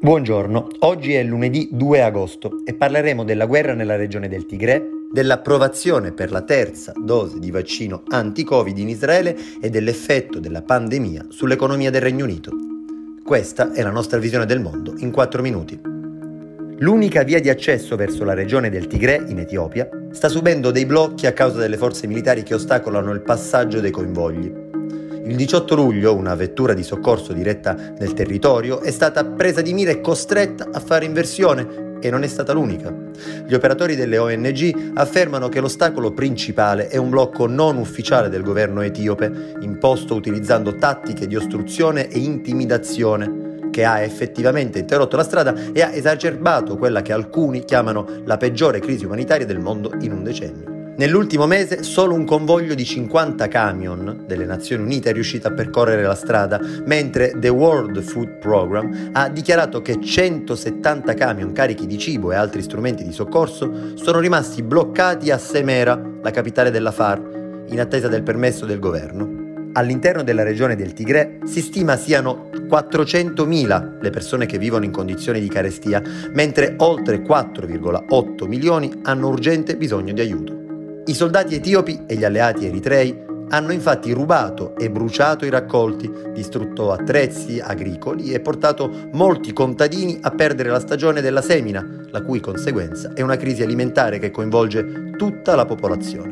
Buongiorno, oggi è lunedì 2 agosto e parleremo della guerra nella regione del Tigre, dell'approvazione per la terza dose di vaccino anti-Covid in Israele e dell'effetto della pandemia sull'economia del Regno Unito. Questa è la nostra visione del mondo in 4 minuti. L'unica via di accesso verso la regione del Tigre, in Etiopia, sta subendo dei blocchi a causa delle forze militari che ostacolano il passaggio dei convogli. Il 18 luglio una vettura di soccorso diretta nel territorio è stata presa di mira e costretta a fare inversione, e non è stata l'unica. Gli operatori delle ONG affermano che l'ostacolo principale è un blocco non ufficiale del governo etiope, imposto utilizzando tattiche di ostruzione e intimidazione, che ha effettivamente interrotto la strada e ha esacerbato quella che alcuni chiamano la peggiore crisi umanitaria del mondo in un decennio. Nell'ultimo mese solo un convoglio di 50 camion delle Nazioni Unite è riuscito a percorrere la strada, mentre The World Food Programme ha dichiarato che 170 camion carichi di cibo e altri strumenti di soccorso sono rimasti bloccati a Semera, la capitale dell'Afar, in attesa del permesso del governo. All'interno della regione del Tigre si stima siano 400.000 le persone che vivono in condizioni di carestia, mentre oltre 4,8 milioni hanno urgente bisogno di aiuto. I soldati etiopi e gli alleati eritrei hanno infatti rubato e bruciato i raccolti, distrutto attrezzi agricoli e portato molti contadini a perdere la stagione della semina, la cui conseguenza è una crisi alimentare che coinvolge tutta la popolazione.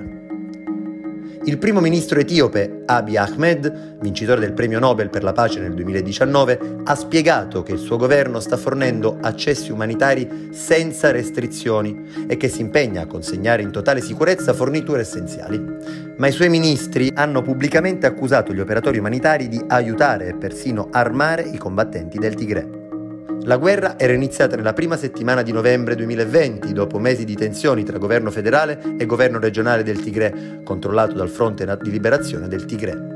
Il primo ministro etiope Abiy Ahmed, vincitore del premio Nobel per la pace nel 2019, ha spiegato che il suo governo sta fornendo accessi umanitari senza restrizioni e che si impegna a consegnare in totale sicurezza forniture essenziali. Ma i suoi ministri hanno pubblicamente accusato gli operatori umanitari di aiutare e persino armare i combattenti del Tigre. La guerra era iniziata nella prima settimana di novembre 2020, dopo mesi di tensioni tra governo federale e governo regionale del Tigre, controllato dal Fronte di Liberazione del Tigre.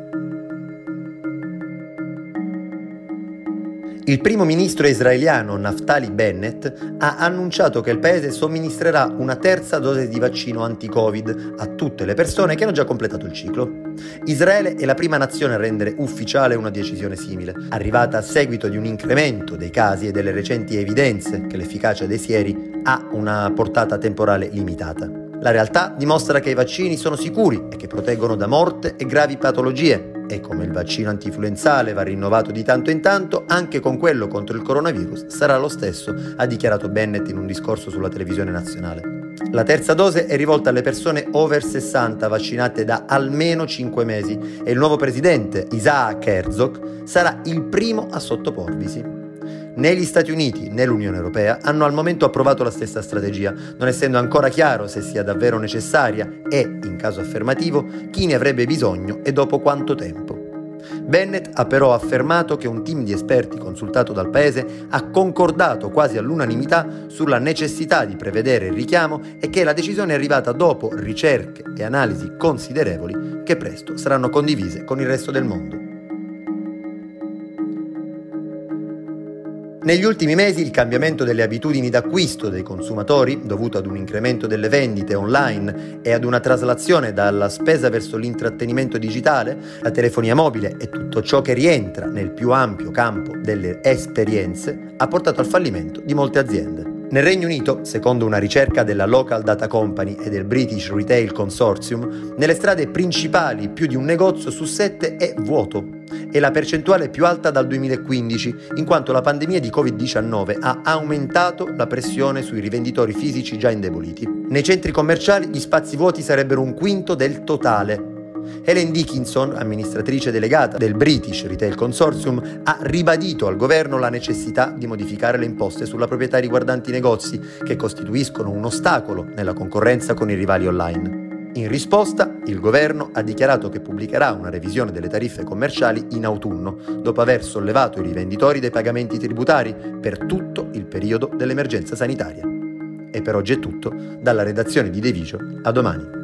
Il primo ministro israeliano Naftali Bennett ha annunciato che il paese somministrerà una terza dose di vaccino anti-Covid a tutte le persone che hanno già completato il ciclo. Israele è la prima nazione a rendere ufficiale una decisione simile, arrivata a seguito di un incremento dei casi e delle recenti evidenze che l'efficacia dei sieri ha una portata temporale limitata. La realtà dimostra che i vaccini sono sicuri e che proteggono da morte e gravi patologie, e come il vaccino antinfluenzale va rinnovato di tanto in tanto, anche con quello contro il coronavirus sarà lo stesso, ha dichiarato Bennett in un discorso sulla televisione nazionale. La terza dose è rivolta alle persone over 60 vaccinate da almeno 5 mesi e il nuovo presidente, Isaac Herzog, sarà il primo a sottoporvisi. Né gli Stati Uniti né l'Unione Europea hanno al momento approvato la stessa strategia, non essendo ancora chiaro se sia davvero necessaria e, in caso affermativo, chi ne avrebbe bisogno e dopo quanto tempo. Bennett ha però affermato che un team di esperti consultato dal paese ha concordato quasi all'unanimità sulla necessità di prevedere il richiamo e che la decisione è arrivata dopo ricerche e analisi considerevoli che presto saranno condivise con il resto del mondo. Negli ultimi mesi il cambiamento delle abitudini d'acquisto dei consumatori, dovuto ad un incremento delle vendite online e ad una traslazione dalla spesa verso l'intrattenimento digitale, la telefonia mobile e tutto ciò che rientra nel più ampio campo delle esperienze, ha portato al fallimento di molte aziende. Nel Regno Unito, secondo una ricerca della Local Data Company e del British Retail Consortium, nelle strade principali più di un negozio su 7 è vuoto. È la percentuale più alta dal 2015, in quanto la pandemia di Covid-19 ha aumentato la pressione sui rivenditori fisici già indeboliti. Nei centri commerciali gli spazi vuoti sarebbero un quinto del totale. Helen Dickinson, amministratrice delegata del British Retail Consortium, ha ribadito al governo la necessità di modificare le imposte sulla proprietà riguardanti i negozi, che costituiscono un ostacolo nella concorrenza con i rivali online. In risposta, il governo ha dichiarato che pubblicherà una revisione delle tariffe commerciali in autunno, dopo aver sollevato i rivenditori dai pagamenti tributari per tutto il periodo dell'emergenza sanitaria. E per oggi è tutto, dalla redazione di The Vision, a domani.